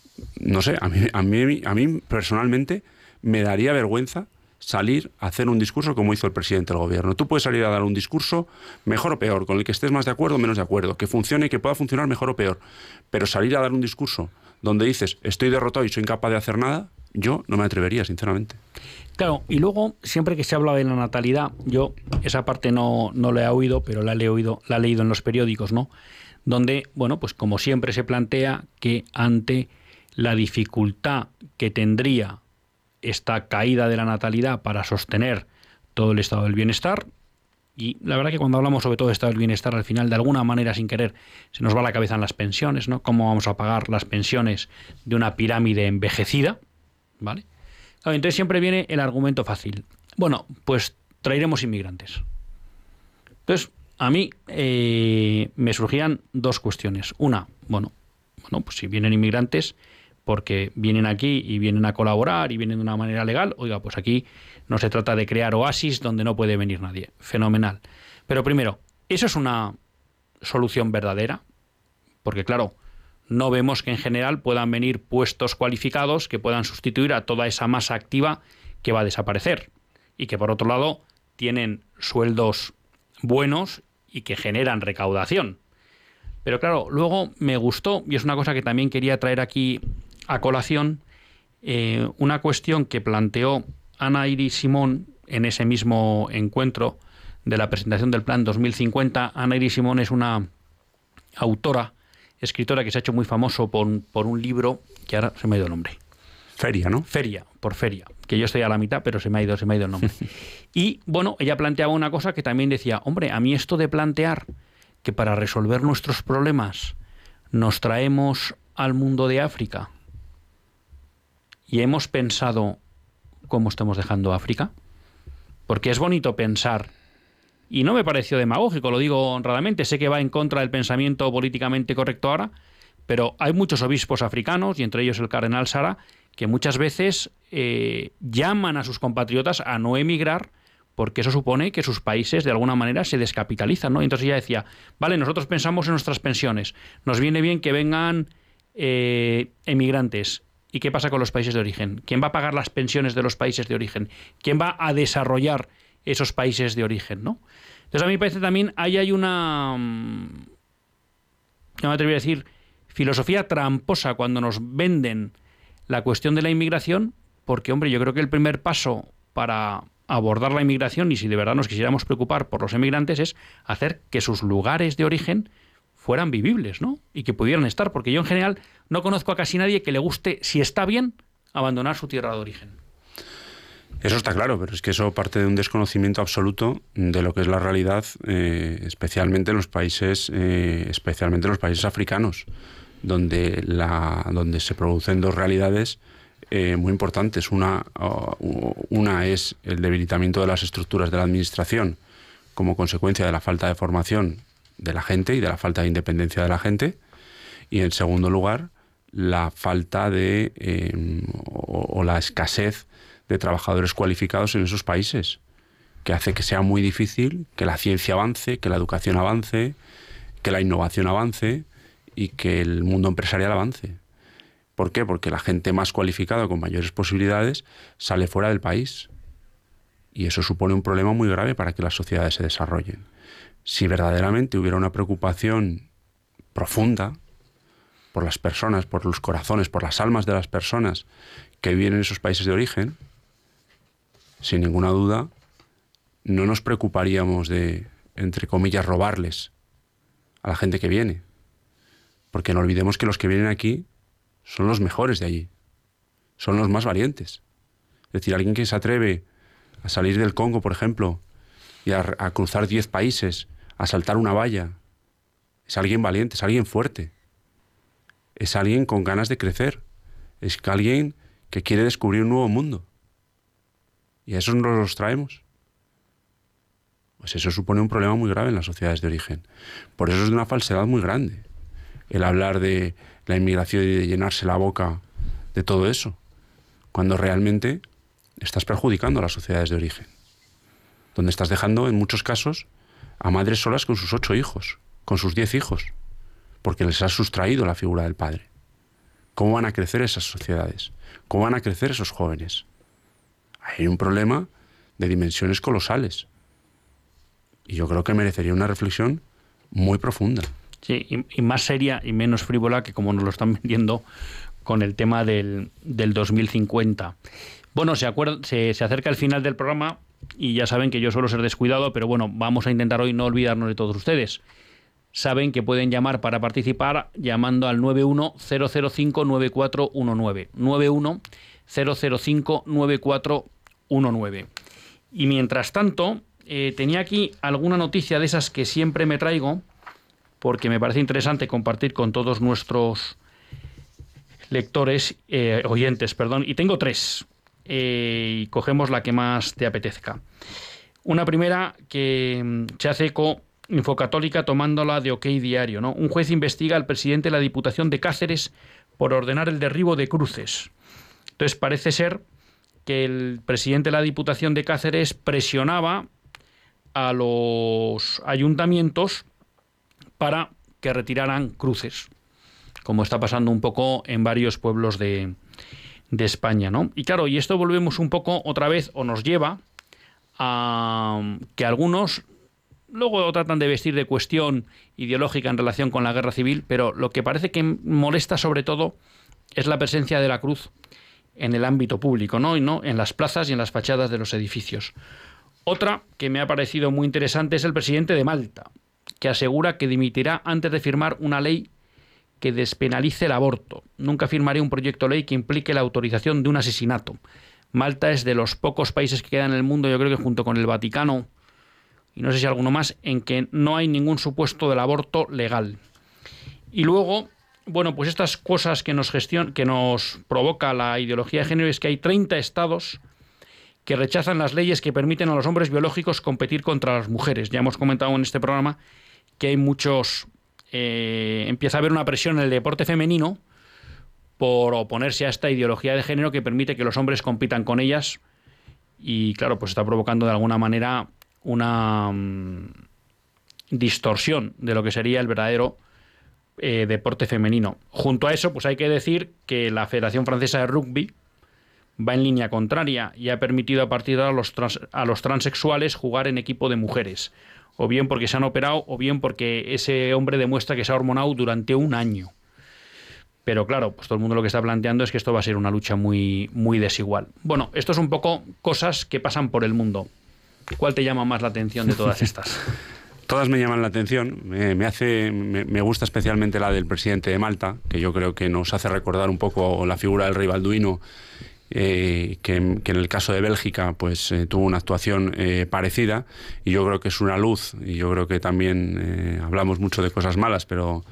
No sé, a mí, a, mí, a mí personalmente me daría vergüenza salir a hacer un discurso como hizo el presidente del gobierno. Tú puedes salir a dar un discurso mejor o peor, con el que estés más de acuerdo o menos de acuerdo, que funcione y que pueda funcionar mejor o peor, pero salir a dar un discurso donde dices estoy derrotado y soy incapaz de hacer nada, yo no me atrevería, sinceramente. Claro, y luego, siempre que se habla de la natalidad, yo esa parte no, no la he oído, pero la he oído, la he leído en los periódicos, ¿no? Donde, bueno, pues como siempre se plantea que ante la dificultad que tendría esta caída de la natalidad para sostener todo el estado del bienestar, y la verdad que cuando hablamos sobre todo de estado del bienestar, al final, de alguna manera, sin querer, se nos va la cabeza en las pensiones, ¿no? ¿Cómo vamos a pagar las pensiones de una pirámide envejecida? ¿Vale? Claro, entonces siempre viene el argumento fácil. Bueno, pues traeremos inmigrantes. Entonces, a mí eh, me surgían dos cuestiones. Una, bueno, bueno, pues si vienen inmigrantes porque vienen aquí y vienen a colaborar y vienen de una manera legal, oiga, pues aquí no se trata de crear oasis donde no puede venir nadie. Fenomenal. Pero primero, ¿eso es una solución verdadera? Porque claro, no vemos que en general puedan venir puestos cualificados que puedan sustituir a toda esa masa activa que va a desaparecer y que por otro lado tienen sueldos buenos y que generan recaudación. Pero claro, luego me gustó, y es una cosa que también quería traer aquí a colación, eh, una cuestión que planteó Ana Iris Simón en ese mismo encuentro de la presentación del Plan dos mil cincuenta. Ana Iris Simón es una autora, escritora que se ha hecho muy famoso por, por un libro que ahora se me ha ido el nombre. Feria, ¿no? Feria, por Feria, que yo estoy a la mitad, pero se me ha ido, se me ha ido el nombre. Y bueno, ella planteaba una cosa que también decía, hombre, a mí esto de plantear que para resolver nuestros problemas nos traemos al mundo de África y hemos pensado cómo estamos dejando África, porque es bonito pensar, y no me pareció demagógico, lo digo honradamente, sé que va en contra del pensamiento políticamente correcto ahora, pero hay muchos obispos africanos, y entre ellos el cardenal Sara, que muchas veces eh, llaman a sus compatriotas a no emigrar porque eso supone que sus países de alguna manera se descapitalizan, ¿no? Y entonces ella decía, vale, nosotros pensamos en nuestras pensiones, nos viene bien que vengan eh, emigrantes. ¿Y qué pasa con los países de origen? ¿Quién va a pagar las pensiones de los países de origen? ¿Quién va a desarrollar esos países de origen, ¿no? Entonces a mí me parece también, ahí hay una, no me atrevería a decir, filosofía tramposa cuando nos venden la cuestión de la inmigración, porque, hombre, yo creo que el primer paso para abordar la inmigración, y si de verdad nos quisiéramos preocupar por los emigrantes, es hacer que sus lugares de origen fueran vivibles, ¿no? Y que pudieran estar, porque yo en general no conozco a casi nadie que le guste, si está bien, abandonar su tierra de origen. Eso está claro, pero es que eso parte de un desconocimiento absoluto de lo que es la realidad, eh, especialmente en los países, eh, especialmente en los países africanos, donde la, donde se producen dos realidades eh, muy importantes. Una, uh, una es el debilitamiento de las estructuras de la administración como consecuencia de la falta de formación de la gente y de la falta de independencia de la gente. Y en segundo lugar, la falta de eh, o, o la escasez de trabajadores cualificados en esos países, que hace que sea muy difícil que la ciencia avance, que la educación avance, que la innovación avance y que el mundo empresarial avance. ¿Por qué? Porque la gente más cualificada, con mayores posibilidades, sale fuera del país. Y eso supone un problema muy grave para que las sociedades se desarrollen. Si verdaderamente hubiera una preocupación profunda por las personas, por los corazones, por las almas de las personas que viven en esos países de origen, sin ninguna duda, no nos preocuparíamos de, entre comillas, robarles a la gente que viene. Porque no olvidemos que los que vienen aquí son los mejores de allí. Son los más valientes. Es decir, alguien que se atreve a salir del Congo, por ejemplo, y a, a cruzar diez países, a saltar una valla, es alguien valiente, es alguien fuerte. Es alguien con ganas de crecer. Es alguien que quiere descubrir un nuevo mundo. Y a esos nos los traemos. Pues eso supone un problema muy grave en las sociedades de origen. Por eso es de una falsedad muy grande el hablar de la inmigración y de llenarse la boca de todo eso, cuando realmente estás perjudicando a las sociedades de origen, donde estás dejando, en muchos casos, a madres solas con sus ocho hijos, con sus diez hijos, porque les has sustraído la figura del padre. ¿Cómo van a crecer esas sociedades? ¿Cómo van a crecer esos jóvenes? Hay un problema de dimensiones colosales. Y yo creo que merecería una reflexión muy profunda. Sí, y, y más seria y menos frívola que como nos lo están vendiendo con el tema del, del dos mil cincuenta. Bueno, se, acuerda, se, se acerca el final del programa y ya saben que yo suelo ser descuidado, pero bueno, vamos a intentar hoy no olvidarnos de todos ustedes. Saben que pueden llamar para participar llamando al nueve uno cero cero cinco nueve cuatro uno nueve. nueve uno cero cero cinco nueve cuatro uno nueve. Y mientras tanto, eh, tenía aquí alguna noticia de esas que siempre me traigo, porque me parece interesante compartir con todos nuestros lectores, eh, oyentes, perdón, y tengo tres, eh, y cogemos la que más te apetezca. Una primera que se hace eco Infocatólica tomándola de OK Diario, ¿no? Un juez investiga al presidente de la Diputación de Cáceres por ordenar el derribo de cruces. Entonces parece ser que el presidente de la Diputación de Cáceres presionaba a los ayuntamientos para que retiraran cruces, como está pasando un poco en varios pueblos de, de España, ¿no? Y claro, y esto volvemos un poco otra vez, o nos lleva a que algunos luego tratan de vestir de cuestión ideológica en relación con la guerra civil, pero lo que parece que molesta sobre todo es la presencia de la cruz en el ámbito público, ¿no? Y no en las plazas y en las fachadas de los edificios. Otra que me ha parecido muy interesante es el presidente de Malta, que asegura que dimitirá antes de firmar una ley que despenalice el aborto. Nunca firmaré un proyecto de ley que implique la autorización de un asesinato. Malta es de los pocos países que quedan en el mundo, yo creo que junto con el Vaticano, y no sé si alguno más, en que no hay ningún supuesto del aborto legal. Y luego, bueno, pues estas cosas que nos gestion- que nos provoca la ideología de género es que hay treinta estados que rechazan las leyes que permiten a los hombres biológicos competir contra las mujeres. Ya hemos comentado en este programa que hay muchos... Eh, empieza a haber una presión en el deporte femenino por oponerse a esta ideología de género que permite que los hombres compitan con ellas y, claro, pues está provocando de alguna manera una um, distorsión de lo que sería el verdadero eh, deporte femenino. Junto a eso, pues hay que decir que la Federación Francesa de Rugby va en línea contraria y ha permitido a partir de ahora a los, trans, a los transexuales jugar en equipo de mujeres, o bien porque se han operado, o bien porque ese hombre demuestra que se ha hormonado durante un año. Pero claro, pues todo el mundo lo que está planteando es que esto va a ser una lucha muy, muy desigual. Bueno, esto es un poco cosas que pasan por el mundo. ¿Cuál te llama más la atención de todas estas? Todas me llaman la atención. Me, me hace, me, me gusta especialmente la del presidente de Malta, que yo creo que nos hace recordar un poco la figura del rey Balduino, eh, que, que en el caso de Bélgica pues eh, tuvo una actuación eh, parecida, y yo creo que es una luz, y yo creo que también eh, hablamos mucho de cosas malas, pero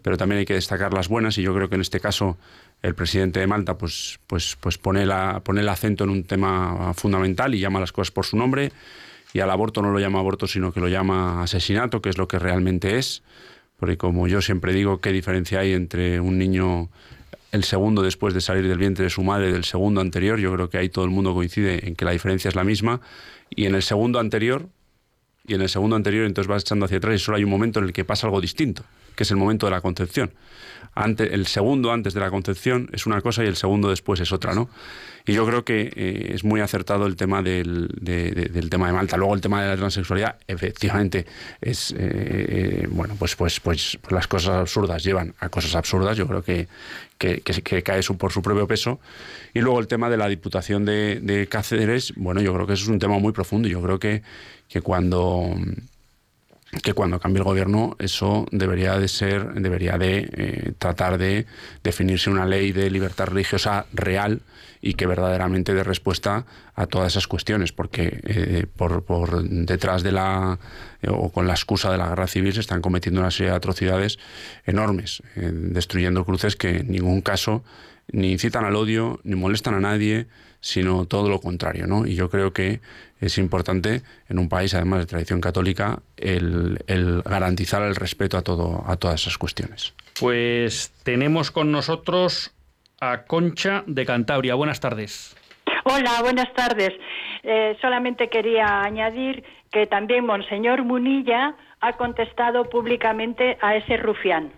pero también hay que destacar las buenas, y yo creo que en este caso el presidente de Malta pues, pues, pues pone, la, pone el acento en un tema fundamental y llama las cosas por su nombre, y al aborto no lo llama aborto, sino que lo llama asesinato, que es lo que realmente es, porque como yo siempre digo, ¿qué diferencia hay entre un niño, el segundo después de salir del vientre de su madre, del segundo anterior? Yo creo que ahí todo el mundo coincide en que la diferencia es la misma, y en el segundo anterior, y en el segundo anterior entonces vas echando hacia atrás y solo hay un momento en el que pasa algo distinto, que es el momento de la concepción. Ante, el segundo antes de la concepción es una cosa y el segundo después es otra, ¿no? Y yo creo que eh, es muy acertado el tema del, de, de, del tema de Malta. Luego el tema de la transexualidad, efectivamente, es eh, eh, bueno, pues, pues, pues, pues las cosas absurdas llevan a cosas absurdas. Yo creo que, que, que, que cae su, por su propio peso. Y luego el tema de la Diputación de, de Cáceres, bueno, yo creo que eso es un tema muy profundo. Yo creo que, que cuando... que cuando cambie el gobierno eso debería de ser, debería de eh, tratar de definirse una ley de libertad religiosa real y que verdaderamente dé respuesta a todas esas cuestiones, porque eh, por, por detrás de la eh, o con la excusa de la guerra civil se están cometiendo una serie de atrocidades enormes, eh, destruyendo cruces que en ningún caso ni incitan al odio, ni molestan a nadie, sino todo lo contrario, ¿no? Y yo creo que es importante en un país, además de tradición católica, el, el garantizar el respeto a todo, a todas esas cuestiones. Pues tenemos con nosotros a Concha de Cantabria. Buenas tardes. Hola, buenas tardes. Eh, solamente quería añadir que también Monseñor Munilla ha contestado públicamente a ese rufián.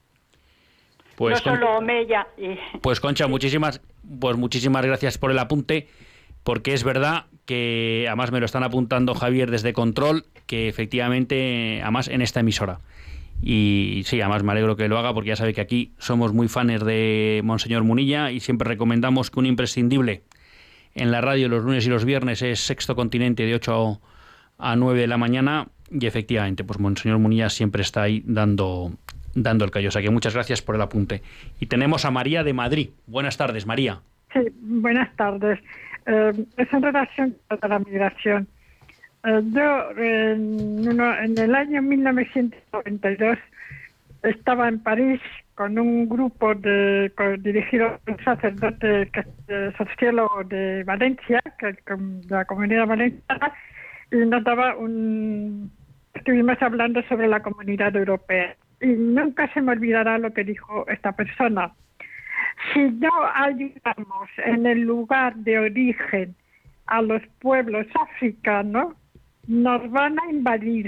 Pues no solo Omeya. Y... Pues Concha, muchísimas, pues muchísimas gracias por el apunte, porque es verdad que, además me lo están apuntando Javier desde Control, que efectivamente, además en esta emisora. Y sí, además me alegro que lo haga, porque ya sabe que aquí somos muy fans de Monseñor Munilla y siempre recomendamos que un imprescindible en la radio los lunes y los viernes es Sexto Continente de ocho a nueve de la mañana, y efectivamente, pues Monseñor Munilla siempre está ahí dando... dando el callo. O sea que muchas gracias por el apunte. Y tenemos a María de Madrid. Buenas tardes, María. Sí, buenas tardes. Eh, es en relación con la migración. Eh, yo en, uno, en el año mil novecientos noventa y dos estaba en París con un grupo de con, dirigido por un sacerdote que es sociólogo de Valencia, que es de la Comunidad Valenciana, y nos daba un... estuvimos hablando sobre la Comunidad Europea. Y nunca se me olvidará lo que dijo esta persona. Si no ayudamos en el lugar de origen a los pueblos africanos, nos van a invadir.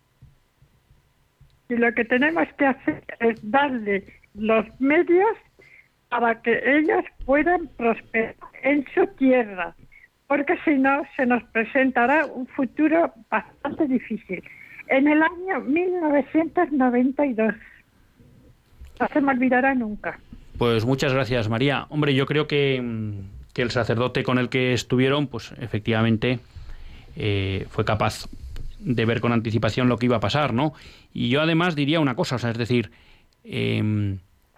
Y lo que tenemos que hacer es darle los medios para que ellos puedan prosperar en su tierra, porque si no se nos presentará un futuro bastante difícil. En el año mil novecientos noventa y dos. No se me olvidará nunca. Pues muchas gracias, María. Hombre, yo creo que, que el sacerdote con el que estuvieron, pues efectivamente eh, fue capaz de ver con anticipación lo que iba a pasar, ¿no? Y yo además diría una cosa, o sea, es decir, eh,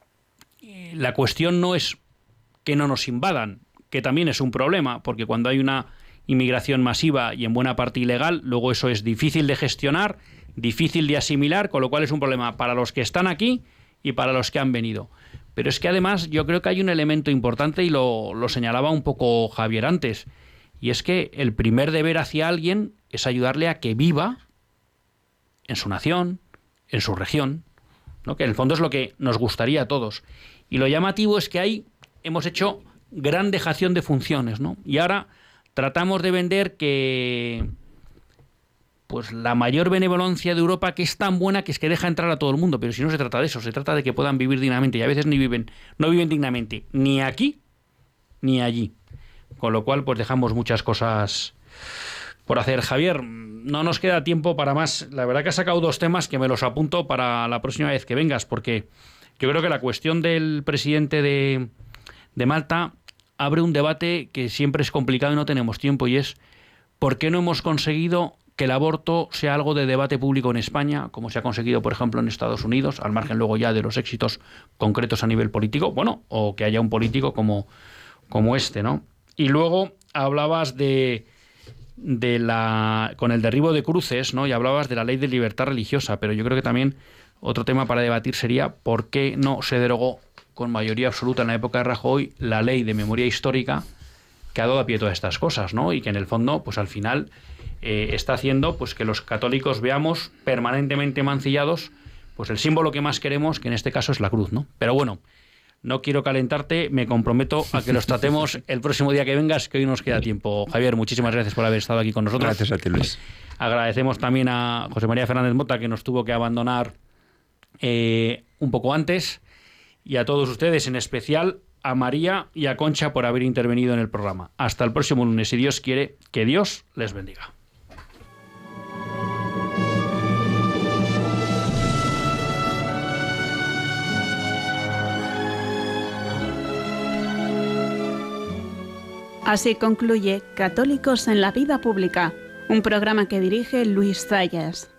la cuestión no es que no nos invadan, que también es un problema, porque cuando hay una inmigración masiva y en buena parte ilegal, luego eso es difícil de gestionar, difícil de asimilar, con lo cual es un problema para los que están aquí y para los que han venido. Pero es que además yo creo que hay un elemento importante, y lo, lo señalaba un poco Javier antes, y es que el primer deber hacia alguien es ayudarle a que viva en su nación, en su región, ¿no? Que en el fondo es lo que nos gustaría a todos. Y lo llamativo es que ahí hemos hecho gran dejación de funciones, ¿no? Y ahora tratamos de vender que pues la mayor benevolencia de Europa, que es tan buena que es que deja entrar a todo el mundo, pero si no se trata de eso, se trata de que puedan vivir dignamente, y a veces ni viven, no viven dignamente, ni aquí ni allí. Con lo cual, pues dejamos muchas cosas por hacer. Javier, no nos queda tiempo para más. La verdad que has sacado dos temas que me los apunto para la próxima vez que vengas, porque yo creo que la cuestión del presidente de, de Malta abre un debate que siempre es complicado y no tenemos tiempo, y es ¿por qué no hemos conseguido que el aborto sea algo de debate público en España, como se ha conseguido, por ejemplo, en Estados Unidos, al margen luego ya de los éxitos concretos a nivel político? Bueno, o que haya un político como, como este, ¿no? Y luego hablabas de, de la con el derribo de cruces, ¿no? Y hablabas de la ley de libertad religiosa, pero yo creo que también Otro tema para debatir sería por qué no se derogó con mayoría absoluta en la época de Rajoy la ley de memoria histórica que ha dado a pie todas estas cosas, ¿no? Y que en el fondo, pues al final eh, está haciendo pues que los católicos veamos permanentemente mancillados pues el símbolo que más queremos, que en este caso es la cruz, ¿no? Pero bueno, no quiero calentarte, me comprometo a que los tratemos el próximo día que vengas, que hoy nos queda tiempo. Javier, muchísimas gracias por haber estado aquí con nosotros. Gracias a ti, Luis. Agradecemos también a José María Fernández Mota, que nos tuvo que abandonar eh, un poco antes, y a todos ustedes, en especial a María y a Concha, por haber intervenido en el programa. Hasta el próximo lunes, si Dios quiere, que Dios les bendiga. Así concluye Católicos en la Vida Pública, un programa que dirige Luis Zayas.